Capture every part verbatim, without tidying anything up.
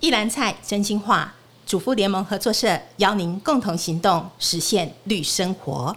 一篮菜真心话，主妇联盟合作社邀您共同行动，实现绿生活。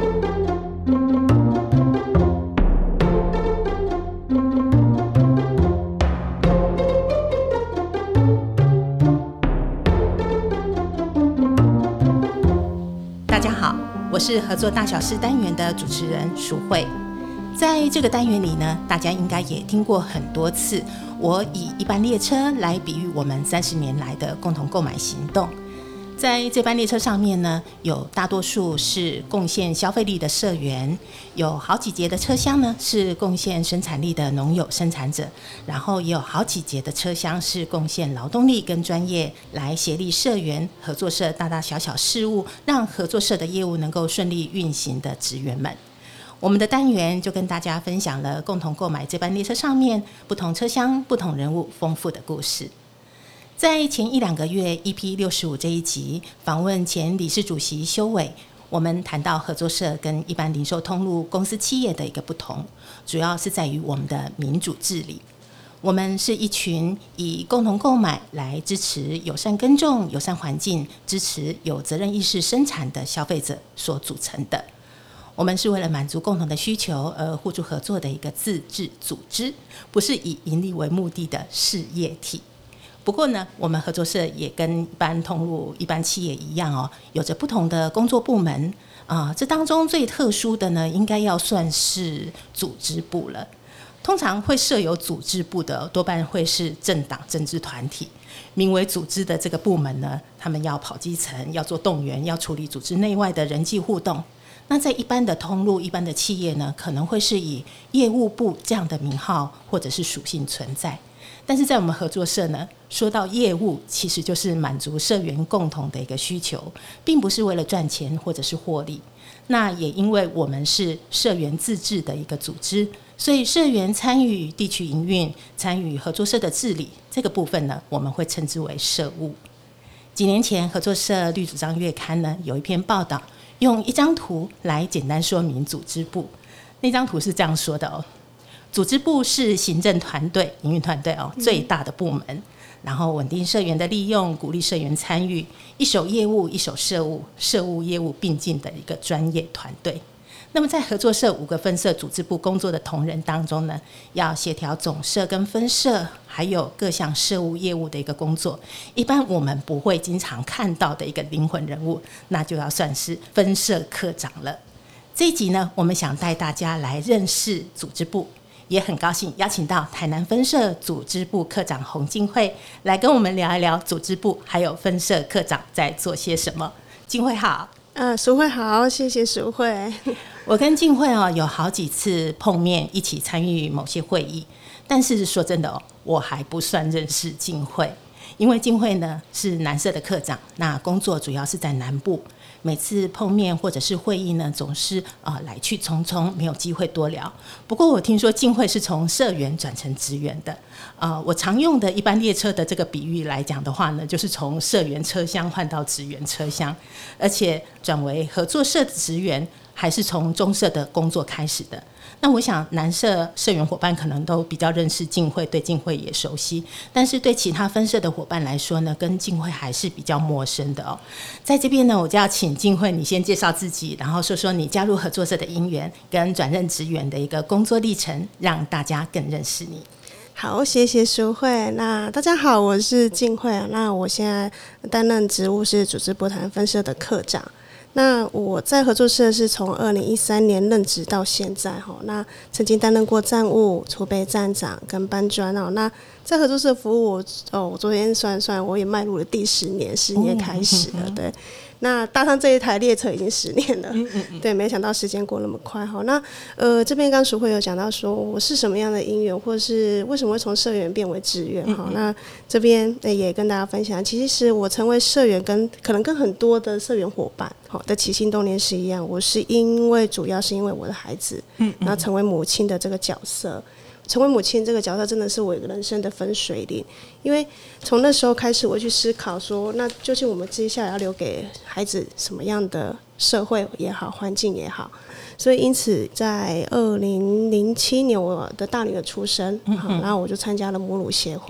大家好，我是合作大小事单元的主持人淑慧。在这个单元里呢，大家应该也听过很多次，我以一班列车来比喻我们三十年来的共同购买行动。在这班列车上面呢，有大多数是贡献消费力的社员，有好几节的车厢呢是贡献生产力的农友生产者，然后也有好几节的车厢是贡献劳动力跟专业来协力社员合作社大大小小事务，让合作社的业务能够顺利运行的职员们。我们的单元就跟大家分享了共同购买这班列车上面不同车厢、不同人物丰富的故事。在前一两个月 E P 六十五 这一集访问前理事主席修伟，我们谈到合作社跟一般零售通路公司企业的一个不同，主要是在于我们的民主治理。我们是一群以共同购买来支持友善耕种、友善环境、支持有责任意识生产的消费者所组成的。我们是为了满足共同的需求而互助合作的一个自治组织，不是以盈利为目的的事业体。不过呢，我们合作社也跟一般通路、一般企业一样哦，有着不同的工作部门啊、呃。这当中最特殊的呢，应该要算是组织部了。通常会设有组织部的，多半会是政党、政治团体。名为组织的这个部门呢，他们要跑基层，要做动员，要处理组织内外的人际互动。那在一般的通路、一般的企业呢，可能会是以业务部这样的名号或者是属性存在。但是在我们合作社呢，说到业务，其实就是满足社员共同的一个需求，并不是为了赚钱或者是获利。那也因为我们是社员自治的一个组织，所以社员参与地区营运、参与合作社的治理，这个部分呢，我们会称之为社务。几年前，合作社绿主张月刊呢有一篇报道，用一张图来简单说明组织部。那张图是这样说的哦：组织部是行政团队、营运团队哦最大的部门，然后稳定社员的利用，鼓励社员参与，一手业务一手社务，社务业务并进的一个专业团队。那么在合作社五个分社组织部工作的同仁当中呢，要协调总社跟分社还有各项社务业务的一个工作，一般我们不会经常看到的一个灵魂人物，那就要算是分社科长了。这一集呢，我们想带大家来认识组织部，也很高兴邀请到台南分社组织部科长洪静慧来跟我们聊一聊组织部还有分社科长在做些什么。静慧好。 呃，淑慧好，谢谢淑慧。 我跟静慧哦有好几次碰面，一起参与某些会议，但是说真的哦，我还不算认识静慧，因为静慧呢是南社的科长，那工作主要是在南部。每次碰面或者是会议呢，总是、呃、来去匆匆，没有机会多聊。不过我听说静慧是从社员转成职员的，呃，我常用的一般列车的这个比喻来讲的话呢，就是从社员车厢换到职员车厢，而且转为合作社的职员，还是从中社的工作开始的。那我想南社社员伙伴可能都比较认识静慧，对静慧也熟悉，但是对其他分社的伙伴来说呢，跟静慧还是比较陌生的哦。在这边呢，我就要请静慧你先介绍自己，然后说说你加入合作社的因缘跟转任职员的一个工作历程，让大家更认识你。 好，谢谢淑慧。那大家好，我是静慧。那我现在担任职务是组织部台南分社的科长。那我在合作社是从二零一三年任职到现在，那曾经担任过站务、储备站长跟班专。那在合作社服务我，哦，我昨天算算，我也迈入了第十年，十年开始了，对。那搭上这一台列车已经十年了，嗯嗯嗯对，没想到时间过那么快哈。那呃，这边刚淑慧有讲到说我是什么样的因缘，或是为什么会从社员变为职员哈、嗯嗯。那这边也跟大家分享，其实我成为社员跟可能跟很多的社员伙伴好的起心动念是一样，我是因为主要是因为我的孩子，嗯，然后成为母亲的这个角色。成为母亲这个角色真的是我一个人生的分水岭，因为从那时候开始我去思考说，那究竟我们接下来要留给孩子什么样的社会也好，环境也好。所以因此在二零零七年我的大女儿出生、嗯、然后我就参加了母乳协会，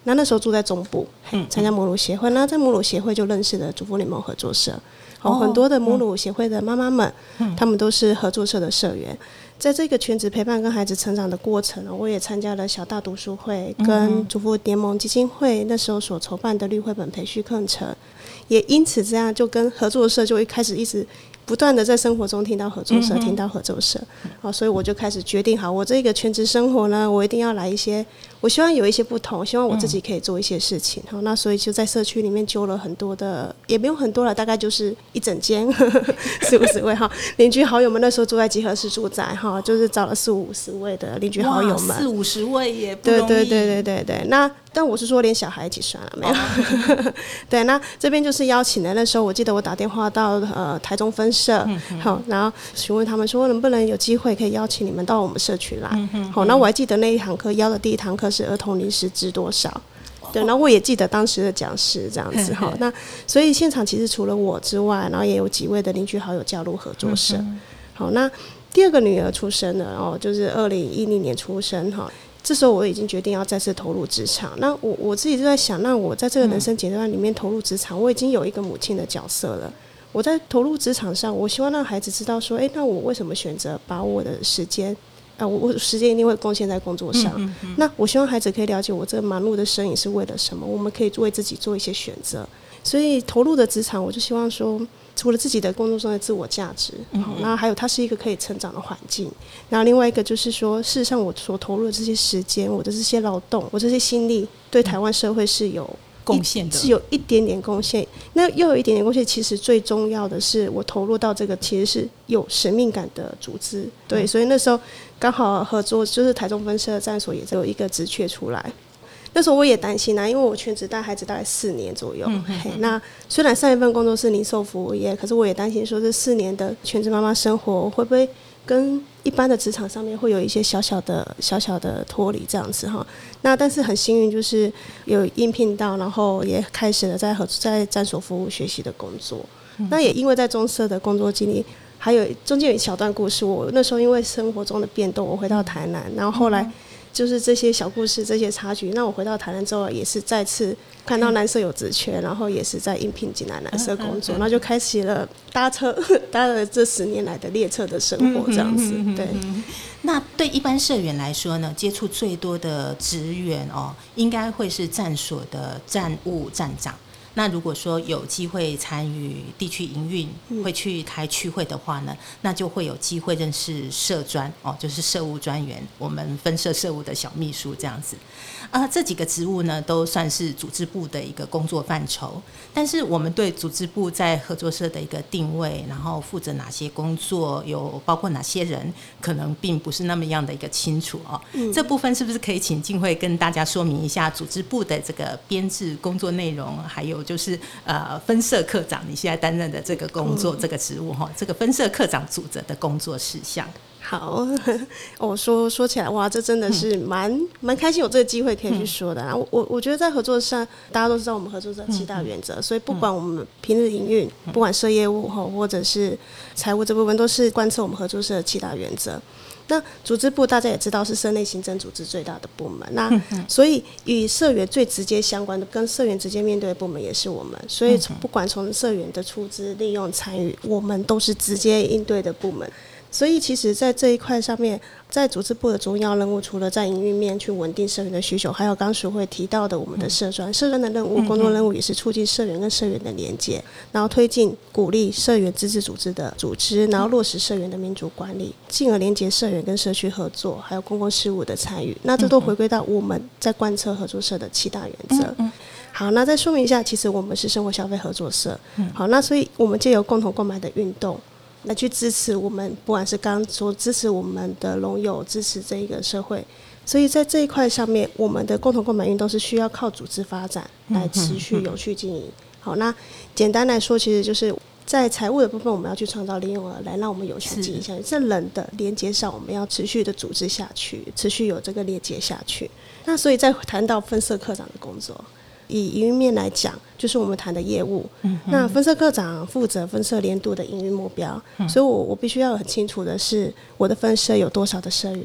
那那时候住在中部，参加母乳协会，那在母乳协会就认识了主妇联盟合作社。哦，很多的母乳协会的妈妈们，嗯，他们都是合作社的社员。在这个全职陪伴跟孩子成长的过程，我也参加了小大读书会跟主妇联盟基金会那时候所筹办的绿绘本培训课程，也因此这样就跟合作社就一开始一直不断的在生活中听到合作社，听到合作社，好，所以我就开始决定，好，我这个全职生活呢，我一定要来一些，我希望有一些不同，希望我自己可以做一些事情，好，那所以就在社区里面揪了很多的，也没有很多了，大概就是一整间四五十位哈，邻居好友们那时候住在集合式住宅哈，就是找了四五十位的邻居好友们， 四五十位也不容易， 对对对对对对，那但我是说连小孩一起算了没有？哦、对，那这边就是邀请的，那时候我记得我打电话到呃台中分社，嗯、好，然后询问他们说能不能有机会可以邀请你们到我们社区来，嗯、好，那我还记得那一堂课邀的第一堂课是儿童临时知多少。对，然后我也记得当时的讲师这样子哈，那所以现场其实除了我之外，然后也有几位的邻居好友加入合作社。嗯、好，那第二个女儿出生了哦，就是二零一零年出生哈。这时候我已经决定要再次投入职场。那我我自己就在想，那我在这个人生阶段里面投入职场，我已经有一个母亲的角色了。我在投入职场上，我希望让孩子知道说，哎，那我为什么选择把我的时间。啊、我我时间一定会贡献在工作上、嗯嗯嗯、那我希望孩子可以了解我这个忙碌的身影是为了什么，我们可以为自己做一些选择。所以投入的职场，我就希望说除了自己的工作中的自我价值、嗯嗯、然后还有它是一个可以成长的环境，然后另外一个就是说事实上我所投入的这些时间，我的这些劳动，我这些心力对台湾社会是有贡献的， 是有一点点贡献。那又有一点点贡献，其实最重要的是我投入到这个其实是有使命感的组织。对，所以那时候刚好合作，就是台中分社的站所也有一个职缺出来。那时候我也担心啊，因为我全职带孩子大概四年左右。嗯、嘿那虽然上一份工作是零售服务业，可是我也担心说这四年的全职妈妈生活会不会跟一般的职场上面会有一些小小的小小的脱离这样子哈。那但是很幸运就是有应聘到，然后也开始了在合在站所服务学习的工作。嗯、那也因为在中社的工作经历，还有中间有一小段故事，我那时候因为生活中的变动，我回到台南，然后后来就是这些小故事这些插曲，那我回到台南之后也是再次看到南社有职缺，然后也是在应聘进来南社工作，然后就开启了搭车搭了这十年来的列车的生活这样子。对， 那对一般社员来说呢，接触最多的职员哦，应该会是站所的站务站长。那如果说有机会参与地区营运，会去开区会的话呢，那就会有机会认识社专哦，就是社务专员，我们分社社务的小秘书这样子。啊，这几个职务呢，都算是组织部的一个工作范畴。但是我们对组织部在合作社的一个定位，然后负责哪些工作，有包括哪些人，可能并不是那么样的一个清楚哦。嗯、这部分是不是可以请静慧跟大家说明一下组织部的这个编制、工作内容，还有就是呃分社科长你现在担任的这个工作、嗯、这个职务哈，这个分社科长组织的工作事项。 好，我、哦、说说起来，哇，这真的是蛮蛮、嗯、开心有这个机会可以去说的、啊。我我我觉得在合作上，大家都知道我们合作社七大原则，嗯、所以不管我们平日营运，嗯、不管社业务或者是财务这部分，都是贯彻我们合作社的七大原则。那组织部大家也知道是社内行政组织最大的部门，那所以与社员最直接相关的、跟社员直接面对的部门也是我们，所以不管从社员的出资、利用、参与，我们都是直接应对的部门。所以其实在这一块上面，在组织部的重要任务，除了在营运面去稳定社员的需求，还有刚刚淑慧提到的我们的社专，社专的任务、工作任务也是促进社员跟社员的连结，然后推进鼓励社员自治组织的组织，然后落实社员的民主管理，进而连结社员跟社区合作，还有公共事务的参与。那这都回归到我们在贯彻合作社的七大原则。好，那再说明一下，其实我们是生活消费合作社。好，那所以我们藉由共同购买的运动来去支持我们，不管是刚刚说支持我们的农友，支持这一个社会，所以在这一块上面，我们的共同购买运动是需要靠组织发展来持续有序经营。好，那简单来说，其实就是在财务的部分，我们要去创造利用额来让我们有序经营下去。在人的连接上，我们要持续的组织下去，持续有这个连接下去。那所以再谈到分社科长的工作。以营运面来讲，就是我们谈的业务。嗯、那分社科长负责分社年度的营运目标，嗯、所以我我必须要很清楚的是，我的分社有多少的社员，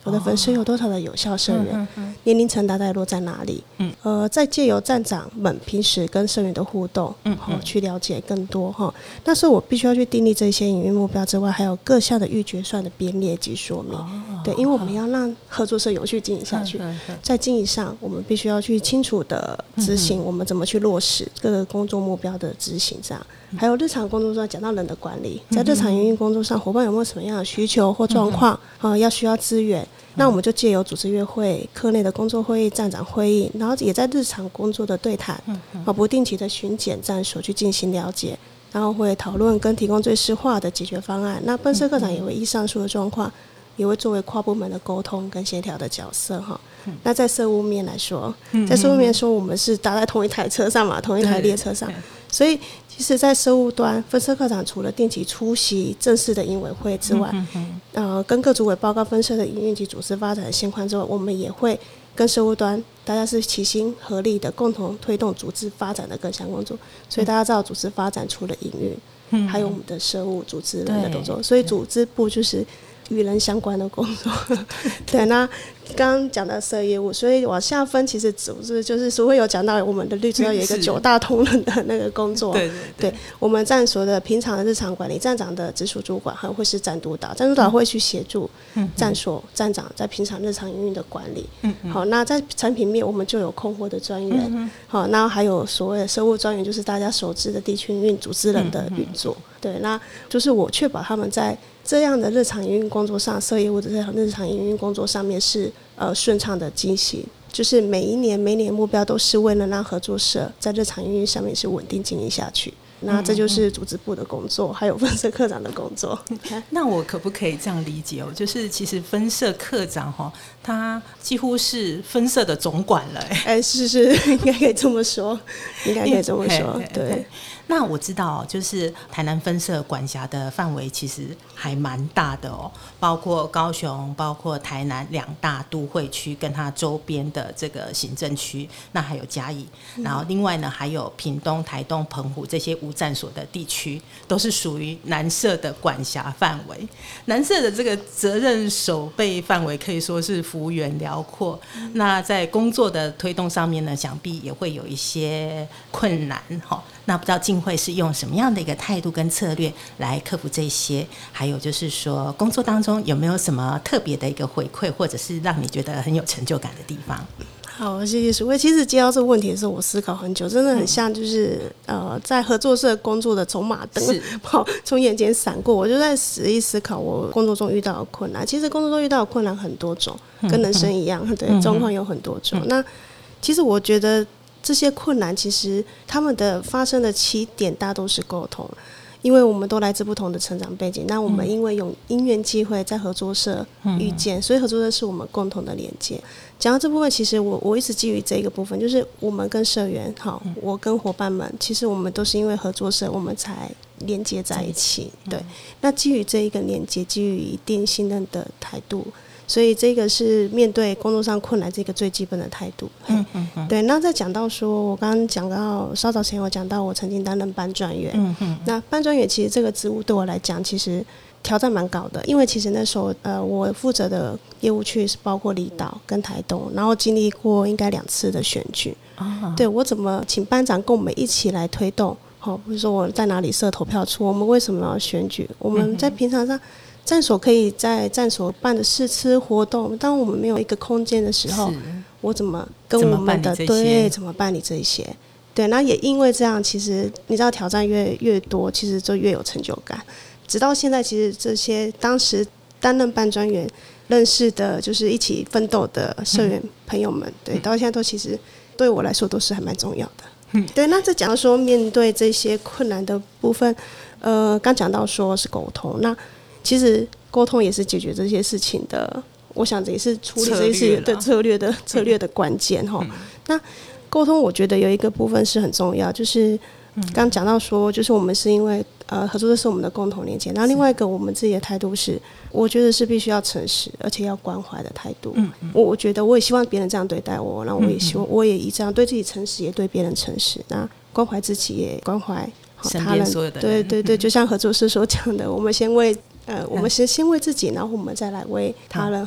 我的分社有多少的有效社员，嗯嗯、年龄层大概落在哪里？嗯，呃，再借由站长们平时跟社员的互动，嗯，嗯去了解更多哈。那时候我必须要去订立这些营运目标之外，还有各项的预决算的编列及说明。哦、对，因为我们要让合作社永续经营下去，嗯嗯嗯、在经营上，我们必须要去清楚的执行，我们怎么去落实各个工作目标的执行，这样。还有日常工作上讲到人的管理，在日常营运工作上，伙伴有没有什么样的需求或状况、嗯呃、要需要资源，那我们就借由组织月会、课内的工作会议、站长会议，然后也在日常工作的对谈、呃、不定期的巡检站所去进行了解，然后会讨论跟提供最适化的解决方案。那分社科长也会依上述的状况，也会作为跨部门的沟通跟协调的角色哈。那在社务面来说，在社务面说，我们是搭在同一台车上嘛，同一台列车上，所以其实在社务端，分社科长除了定期出席正式的营委会之外，呃，跟各主委报告分社的营运及组织发展的现况之外，我们也会跟社务端大家是齐心合力的共同推动组织发展的各项工作。所以大家知道，组织发展除了营运，还有我们的社务组织人的动作，所以组织部就是与人相关的工作。对，那刚刚讲到社业务，所以往下分，其实组织就是说会有讲到我们的律师要有一个九大同仁的那个工作。对对 对, 对，我们站所的平常的日常管理，站长的直属主管还会是站督导，站督导会去协助站所站长在平常日常营运的管理。嗯嗯、好，那在产品面我们就有控货的专员，嗯、好，那还有所谓的社务专员，就是大家熟知的地区营运组织人的运作。嗯嗯、对，那就是我确保他们在这样的日常营运工作上，社业务的这样日常营运工作上面是呃顺畅的进行，就是每一年每年目标都是为了让合作社在日常营运上面是稳定经营下去。那这就是组织部的工作，还有分社科长的工作。 那我可不可以这样理解哦？就是其实分社科长哈，他几乎是分社的总管了。哎、 欸，是是，应该可以这么说，应该可以这么说，对。 那我知道，就是台南分社管辖的范围其实还蛮大的哦，包括高雄、包括台南两大都会区跟它周边的这个行政区，那还有嘉义，然后另外呢还有屏东、台东、澎湖这些无站所的地区，都是属于南社的管辖范围。南社的这个责任守备范围可以说是幅员辽阔，嗯、那在工作的推动上面呢，想必也会有一些困难哈。那不知道静慧是用什么样的一个态度跟策略来克服这些？还有就是说，工作当中有没有什么特别的一个回馈，或者是让你觉得很有成就感的地方？ 好，谢谢淑慧。其实接到这个问题的时候，我思考很久，真的很像就是、嗯、呃，在合作社工作的走马灯，从眼前闪过。我就在仔细思考我工作中遇到的困难。其实工作中遇到的困难很多种，跟人生一样，嗯、对，状况有很多种。嗯、那其实我觉得这些困难，其实他们的发生的起点大都是沟通。因为我们都来自不同的成长背景，那我们因为有因缘机会在合作社遇见，嗯、所以合作社是我们共同的连接。讲到这部分，其实我我一直基于这个部分，就是我们跟社员，好，我跟伙伴们，其实我们都是因为合作社，我们才连接在一起。对，那基于这一个连接，基于一定信任的态度。所以这个是面对工作上困难这个最基本的态度。嗯嗯嗯、对，那再讲到说，我刚刚讲到稍早前我讲到我曾经担任班专员。嗯嗯、那班专员其实这个职务对我来讲，其实挑战蛮高的，因为其实那时候呃我负责的业务区是包括离岛跟台东，然后经历过应该两次的选举。哦、对，我怎么请班长跟我们一起来推动？好、哦，比如说我在哪里设投票处，我们为什么要选举？我们在平常上。站所可以在站所办的试吃活动，当我们没有一个空间的时候，我怎么跟我们的对怎么办理这一些？对，那也因为这样，其实你知道挑战越越多，其实就越有成就感。直到现在，其实这些当时担任班专员认识的，就是一起奋斗的社员朋友们，嗯、对，到现在都其实对我来说都是还蛮重要的。嗯、对，那再讲到说面对这些困难的部分，呃，刚讲到说是沟通，那。其实沟通也是解决这些事情的，我想这也是处理这些事情的策略的策略的关键哈。嗯、那沟通我觉得有一个部分是很重要，就是刚讲到说，就是我们是因为呃合作的是我们的共同连接，然后另外一个我们自己的态度是，我觉得是必须要诚实而且要关怀的态度。嗯嗯、我我觉得我也希望别人这样对待我，然后我也希望我也以这样对自己诚实，也对别人诚实，那关怀自己也关怀他人。对对对，就像合作社所讲的，我们先为。呃，我们先先为自己，然后我们再来为他人。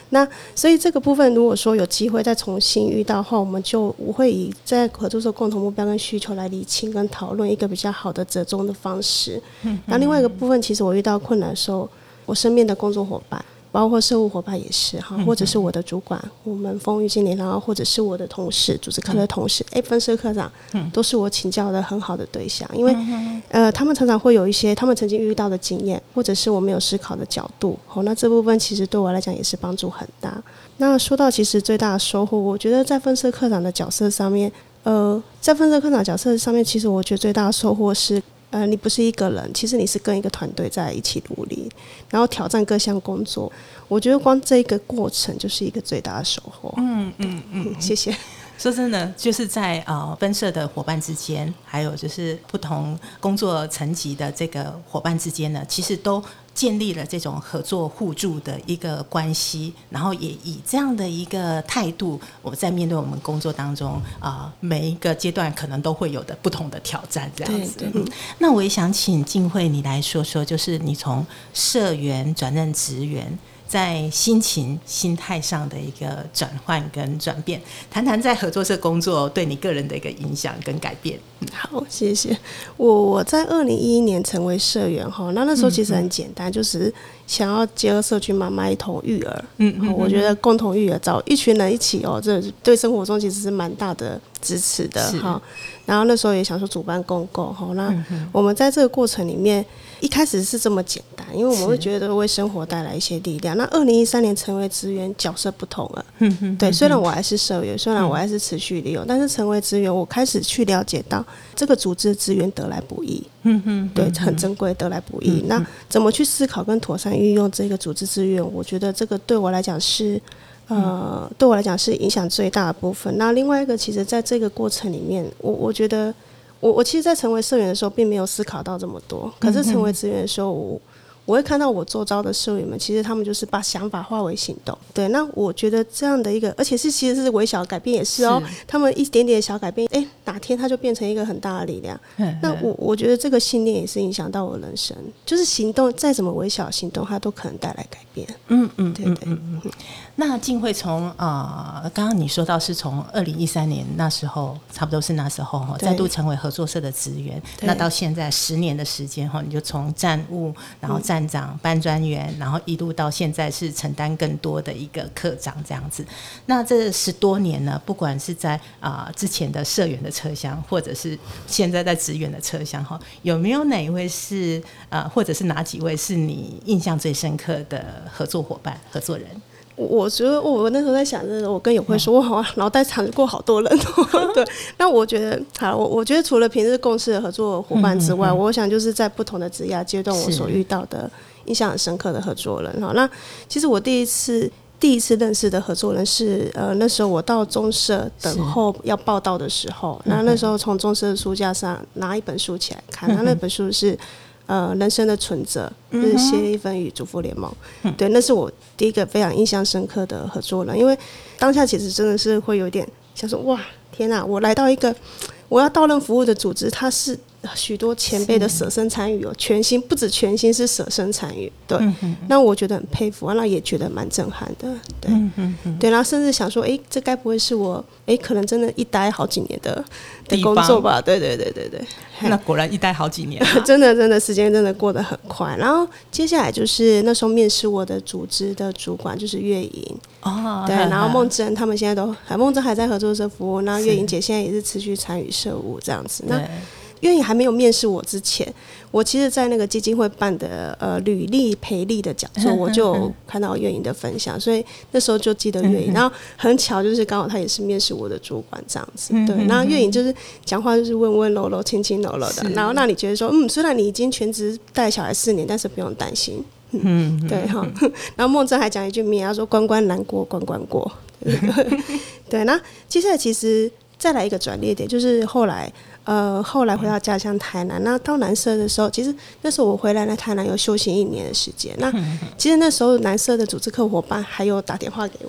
那所以这个部分如果说有机会再重新遇到的话，我们就我会以在合作社共同目标跟需求来理清跟讨论一个比较好的折中的方式。嗯，然后另外一个部分，其实我遇到困难的时候，我身边的工作伙伴包括社务伙伴也是哈，或者是我的主管，我们风雨经理，然后或者是我的同事，组织科的同事，哎、嗯，分社科长，都是我请教的很好的对象，因为、嗯、呃，他们常常会有一些他们曾经遇到的经验，或者是我没有思考的角度，哦，那这部分其实对我来讲也是帮助很大。那说到其实最大的收获，我觉得在分社科长的角色上面，呃，在分社科长角色上面，其实我觉得最大的收获是。呃，你不是一个人，其实你是跟一个团队在一起努力，然后挑战各项工作。我觉得光这个过程就是一个最大的收获。嗯嗯嗯，谢谢。 说真的，就是在呃分社的伙伴之间，还有就是不同工作层级的这个伙伴之间呢，其实都建立了这种合作互助的一个关系，然后也以这样的一个态度，我们在面对我们工作当中啊、呃、每一个阶段可能都会有的不同的挑战，这样子。对对、嗯。那我也想请静慧你来说说，就是你从社员转任职员。在心情心态上的一个转换跟转变，谈谈在合作社工作对你个人的一个影响跟改变。 好，谢谢。我我在二零一一年成为社员哈，那那时候其实很简单，嗯嗯，就是想要结合社区妈妈一同育儿。嗯, 嗯, 嗯，我觉得共同育儿，找一群人一起哦，这对生活中其实是蛮大的支持的哈。然后那时候也想说主办公共哈，那我们在这个过程里面，一开始是这么简单，因为我们会觉得为生活带来一些力量。那二零一三年成为职员，角色不同了。嗯对，虽然我还是社员，虽然我还是持续利用，但是成为职员，我开始去了解到这个组织的资源得来不易。嗯嗯，对，很珍贵，得来不易。那怎么去思考跟妥善运用这个组织资源？我觉得这个对我来讲是。呃，对我来讲是影响最大的部分。那另外一个，其实在这个过程里面，我我觉得我我其实，在成为社员的时候，并没有思考到这么多。可是成为职员的时候，我我会看到我周遭的社员们，其实他们就是把想法化为行动。对，那我觉得这样的一个，而且是其实是微小的改变，也是哦。是他们一点点的小改变，哎，哪天它就变成一个很大的力量。那我我觉得这个信念也是影响到我人生，就是行动再怎么微小的行动，它都可能带来改变。嗯嗯，对对。嗯嗯嗯那静慧从呃，刚刚你说到是从二零一三年那时候，差不多是那时候再度成为合作社的职员，那到现在十年的时间，你就从站务，然后站长、班专员，然后一路到现在是承担更多的一个科长这样子。那这十多年呢，不管是在啊、呃、之前的社员的车厢，或者是现在在职员的车厢，有没有哪一位是呃，或者是哪几位是你印象最深刻的合作伙伴、合作人？ 我觉得我那时候在想着，我跟友慧说，我好脑袋藏过好多人、哦。对，那我觉得，好，我我觉得除了平日共事的合作伙伴之外，嗯嗯嗯我想就是在不同的职涯阶段，我所遇到的印象很深刻的合作人。好，那其实我第一次第一次认识的合作人是，呃，那时候我到中社等候要报到的时候，那那时候从中社的书架上拿一本书起来看，那那本书是。呃，人生的存折就是谢丽芬与主妇联盟、嗯，对，那是我第一个非常印象深刻的合作人，因为当下其实真的是会有点想说，哇，天哪，我来到一个我要到任服务的组织，它是许多前辈的舍身参与哦，全心不止全心是舍身参与，对、嗯嗯，那我觉得很佩服，那也觉得蛮震撼的，对，嗯嗯嗯对，然后甚至想说，哎，这该不会是我，哎，可能真的一待好几年的的工作吧？对对对对对， 那果然一待好几年、啊， 真的真的时间真的过得很快。然后接下来就是那时候面试我的组织的主管就是月莹哦，对，然后梦真他们现在都，梦真还在合作社服务，那月莹姐现在也是持续参与社务这样子。那因为还没有面试我之前，我其实在那个基金会办的呃履历培力的讲座，我就有看到月莹的分享，所以那时候就记得月莹。然后很巧，就是刚好他也是面试我的主管这样子，对。然后月莹就是讲话就是温温柔柔、轻轻柔柔的，然后让你觉得说，嗯，虽然你已经全职带小孩四年，但是不用担心。嗯，对哈。然后梦真还讲一句名言，他说：“关关难过关关过。”对，那接下来其实再来一个转捩点，就是后来。呃，后来回到家乡台南，那到南社的时候，其实那时候我回来来台南有休息一年的时间。那其实那时候南社的组织客伙伴还有打电话给我，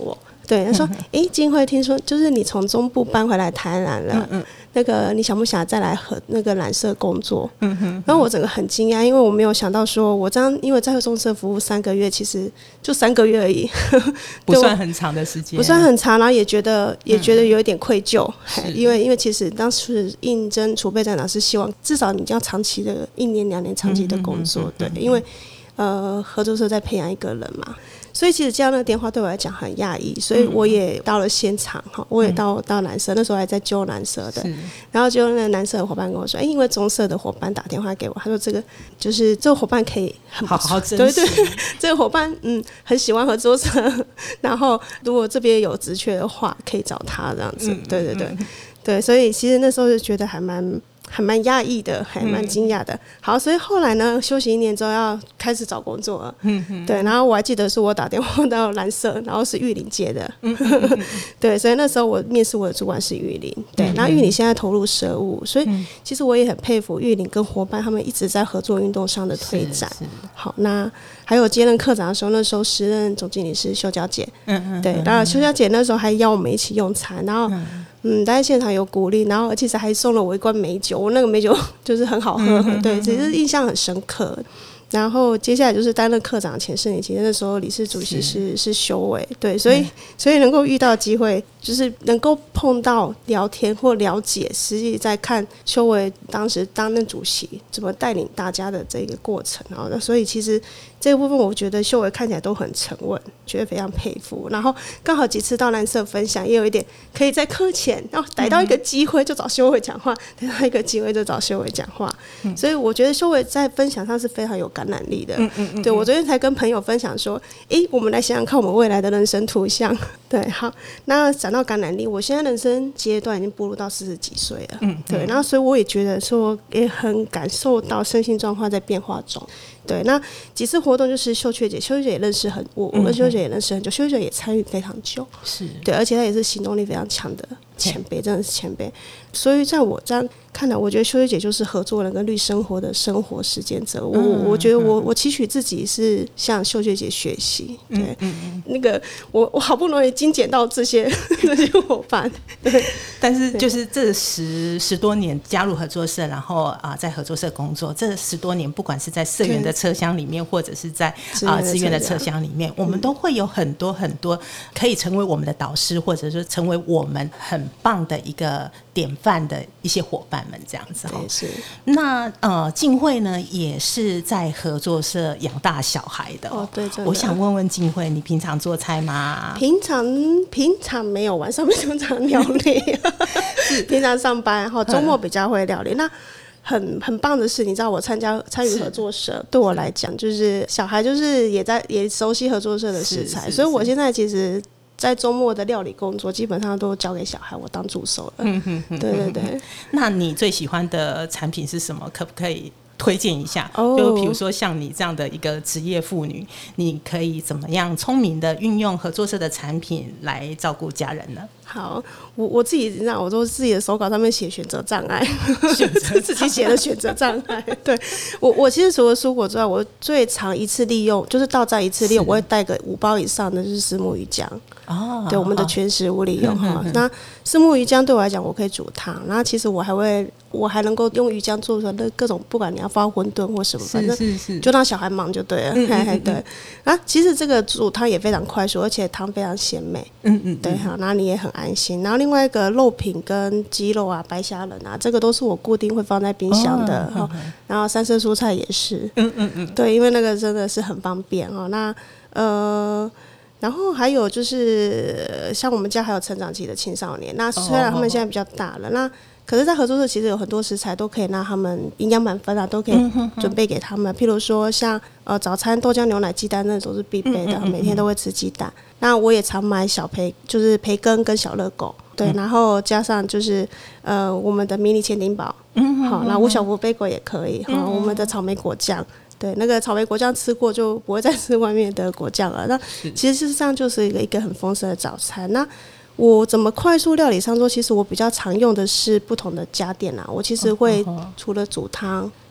对，他说：“哎、欸，金慧，听说就是你从中部搬回来台南了，嗯嗯那个你想不想再来和那个蓝社工作？”嗯哼，然后我整个很惊讶，因为我没有想到说，我这样因为在合作社服务三个月，其实就三个月而已， 不算很长的时间， 不算很长，然后也觉得也觉得有一点愧疚，嗯、因为因为其实当时应征储备站长是希望至少你要长期的一年两年长期的工作，嗯、对，因为呃合作社在培养一个人嘛。所以其实接到那个电话对我来讲很讶异，所以我也到了现场哈，我也到到蓝社，那时候还在揪蓝社的，然后就那个蓝社的伙伴跟我说，哎、欸，因为中社的伙伴打电话给我，他说这个就是这个伙伴可以很好好珍惜， 对对，这个伙伴嗯很喜欢合作社，然后如果这边有职缺的话，可以找他这样子，嗯、对对对、嗯、对，所以其实那时候就觉得还蛮。还蛮讶异的，还蛮惊讶的、嗯。好，所以后来呢，休息一年之后要开始找工作了。嗯对，然后我还记得是我打电话到蓝社，然后是玉林接的。嗯对，所以那时候我面试我的主管是玉林。对，然后玉林现在投入社务，所以其实我也很佩服玉林跟伙伴他们一直在合作运动上的推展。好，那还有接任科长的时候，那时候时任总经理是秀娇姐。嗯嗯。对，然后秀娇姐那时候还邀我们一起用餐，然后。嗯嗯，在现场有鼓励，然后其实还送了我一罐美酒，我那个美酒就是很好喝，嗯、对，只是印象很深刻。然后接下来就是担任科长前四年期，那时候理事主席是、嗯、是修伟，对，所以、嗯、所以能够遇到机会，就是能够碰到聊天或了解，实际在看修伟当时担任主席怎么带领大家的这个过程，然后所以其实这个部分我觉得修伟看起来都很沉稳，觉得非常佩服。然后刚好几次到蓝社分享，也有一点可以在课前，然后逮到一个机会就找修伟讲话，逮到一个机会就找修伟讲话、嗯，所以我觉得修伟在分享上是非常有感染力的。嗯嗯嗯对，我昨天才跟朋友分享说，哎、欸，我们来想想看我们未来的人生图像。对，好，那讲到感染力，我现在人生阶段已经步入到四十几岁了。嗯，对，然后所以我也觉得说，也很感受到身心状况在变化中。对，那几次活动就是秀雀姐，秀雀姐也认识很我，我跟秀雀姐也认识很久，秀雀姐也参与非常久，是对，而且她也是行动力非常强的前辈，真的是前辈。所以在我这样看来，我觉得秀雀姐就是合作人跟绿生活的生活实践者。我、嗯、我觉得我我期许自己是向秀雀姐学习。对，嗯嗯、那个我我好不容易精简到这些这些伙伴，对， 但是就是这十十多年加入合作社，然后啊、呃、在合作社工作，这十多年不管是在社员的车厢里面，或者是在啊志愿的车厢里面，我们都会有很多很多可以成为我们的导师，或者是成为我们很棒的一个典范的一些伙伴们，这样子哈。是。那呃，静慧呢也是在合作社养大小孩的哦。哦对，真的。我想问问静慧，你平常做菜吗？ 平常平常没有，晚上平常料理。平常上班哈，周末比较会料理。那很很棒的是，你知道我参加参与合作社，对我来讲就是小孩就是也在也熟悉合作社的食材，所以我现在其实在周末的料理工作基本上都交给小孩，我当助手了。嗯哼哼对对对。 那你最喜欢的产品是什么？可不可以推荐一下？哦、就比如说像你这样的一个职业妇女，你可以怎么样聪明的运用合作社的产品来照顾家人呢？ 好，我我自己你知道，我都自己的手稿上面写选择障碍，选择自己写的选择障碍。对，我我其实除了蔬果之外，我最常一次利用就是倒在一次利用，我会带个五包以上的就是虱目鱼浆。哦，对，我们的全食物利用哈。那虱目鱼浆对我来讲，我可以煮汤，然后其实我还会，我还能够用鱼浆做出来的各种，不管你要发馄饨或什么，反正就让小孩忙就对了。嗯嗯嗯对，啊，其实这个煮汤也非常快速，而且汤非常鲜美。嗯嗯，对哈，然后你也很安心。然后另外一个肉品跟鸡肉啊、白虾仁啊，这个都是我固定会放在冰箱的哈、哦嗯。然后三色蔬菜也是。嗯嗯嗯，对，因为那个真的是很方便哈。那呃。然后还有就是像我们家还有成长期的青少年，那虽然他们现在比较大了，那可是在合作社其实有很多食材都可以让他们营养满分啊，都可以准备给他们。譬如说像呃早餐豆浆、牛奶、鸡蛋，那都是必备的，每天都会吃鸡蛋。那我也常买小培，就是培根跟小热狗，对，然后加上就是呃我们的迷你千丁堡，好，那五小福贝果也可以，好，我们的草莓果酱。对，那个草莓果酱吃过就不会再吃外面的果酱了。那其实事实上就是一个一个很丰盛的早餐。那我怎么快速料理上说，其实我比较常用的是不同的家电啊。我其实会除了煮汤，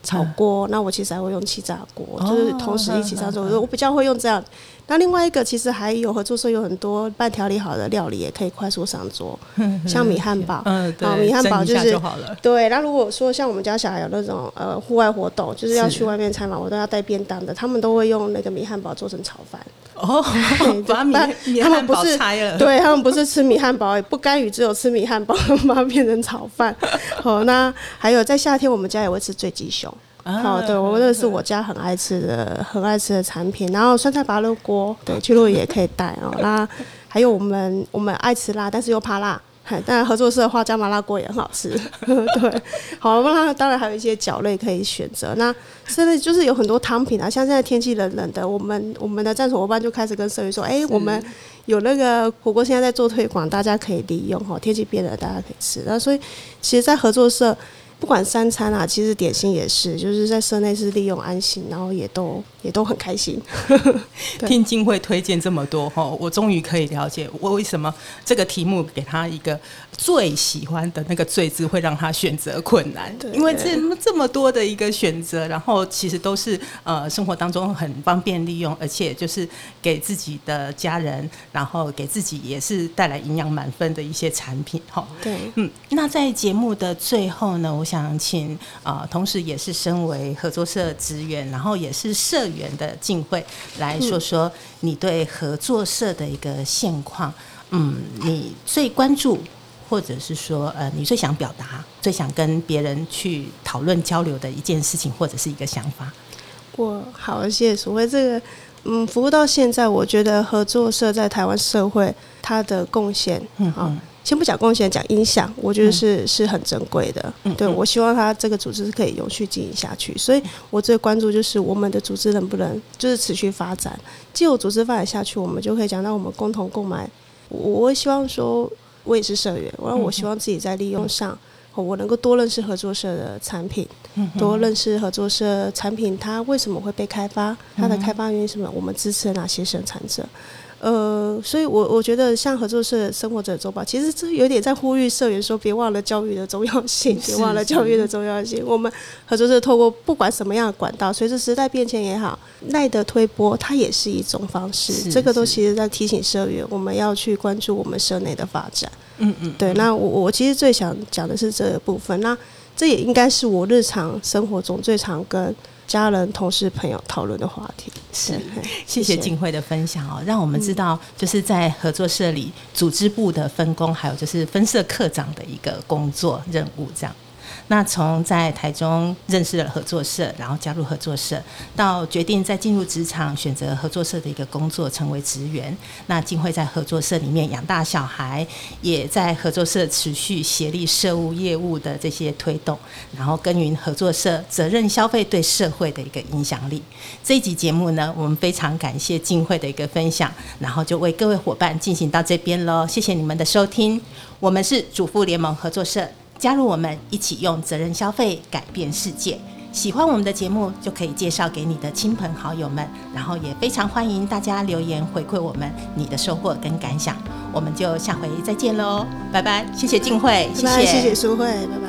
炒锅、嗯、那我其实还会用气炸锅、哦、就是同时一起上桌、哦、我比较会用这样。那另外一个其实还有合作社有很多半调理好的料理也可以快速上桌，像米汉堡， 嗯，对， 米汉堡就是就好了。 对，那如果说像我们家小孩有那种呃户外活动，就是要去外面参访，我都要带便当的，他们都会用那个米汉堡做成炒饭。哦， 把米米汉堡拆了， 对，他们不是吃米汉堡，也不甘于只有吃米汉堡，把它变成炒饭。好，那还有在夏天我们家也会吃醉鸡胸。好、哦，对，我那是我家很爱吃的、很爱吃的产品。然后酸菜拔肉锅，对，去露营也可以带哦。那还有我们我们爱吃辣，但是又怕辣，当然合作社的花椒麻辣锅也很好吃。对，好，那当然还有一些饺类可以选择。那甚至就是有很多汤品啊，像现在天气冷冷的，我们我们的战术伙伴就开始跟社员说，哎、欸，我们有那个火锅现在在做推广，大家可以利用哈，天气变冷大家可以吃。那所以其实，在合作社。不管三餐啊，其实点心也是，就是在社内是利用安心，然后也都也都很开心。 听静慧推荐这么多，我终于可以了解我为什么这个题目给他一个最喜欢的那个最字会让他选择困难，因为这这么多的一个选择，然后其实都是呃生活当中很方便利用，而且就是给自己的家人，然后给自己也是带来营养满分的一些产品。 对， 嗯，那在节目的最后呢，我想请呃，同时也是身为合作社职员，然后也是社员的静慧来说说你对合作社的一个现况。嗯，你最关注，或者是说呃，你最想表达、最想跟别人去讨论交流的一件事情，或者是一个想法。 我好，谢谢淑慧。这个嗯，服务到现在，我觉得合作社在台湾社会它的贡献，嗯嗯。先不讲贡献，讲影响，我觉得是、嗯、是很珍贵的。嗯、对，我希望它这个组织是可以永续经营下去，所以我最关注就是我们的组织能不能就是持续发展。既有组织发展下去，我们就可以讲到我们共同购买。我我会希望说，我也是社员，然后我希望自己在利用上，嗯、我能够多认识合作社的产品，嗯、多认识合作社产品它为什么会被开发，它的开发原因是什么，我们支持哪些生产者。呃，所以我我觉得像合作社生活者周报，其实这有点在呼吁社员说，别忘了教育的重要性，别忘了教育的重要性。我们合作社透过不管什么样的管道，随着时代变迁也好，赖的推播它也是一种方式。这个都其实在提醒社员，我们要去关注我们社内的发展。嗯嗯，对。那我我其实最想讲的是这个部分。那这也应该是我日常生活中最常跟家人、同事、朋友讨论的话题。 是，谢谢静慧的分享哦，让我们知道就是在合作社里组织部的分工，还有就是分社课长的一个工作任务这样。那从在台中认识了合作社，然后加入合作社，到决定再进入职场选择合作社的一个工作，成为职员。那静慧在合作社里面养大小孩，也在合作社持续协力社务业务的这些推动，然后耕耘合作社责任消费对社会的一个影响力。这一集节目呢，我们非常感谢静慧的一个分享，然后就为各位伙伴进行到这边咯。谢谢你们的收听，我们是主妇联盟合作社，加入我们一起用责任消费改变世界。喜欢我们的节目就可以介绍给你的亲朋好友们，然后也非常欢迎大家留言回馈我们你的收获跟感想。我们就下回再见咯，拜拜。谢谢静慧， 拜拜，谢谢淑慧，拜拜。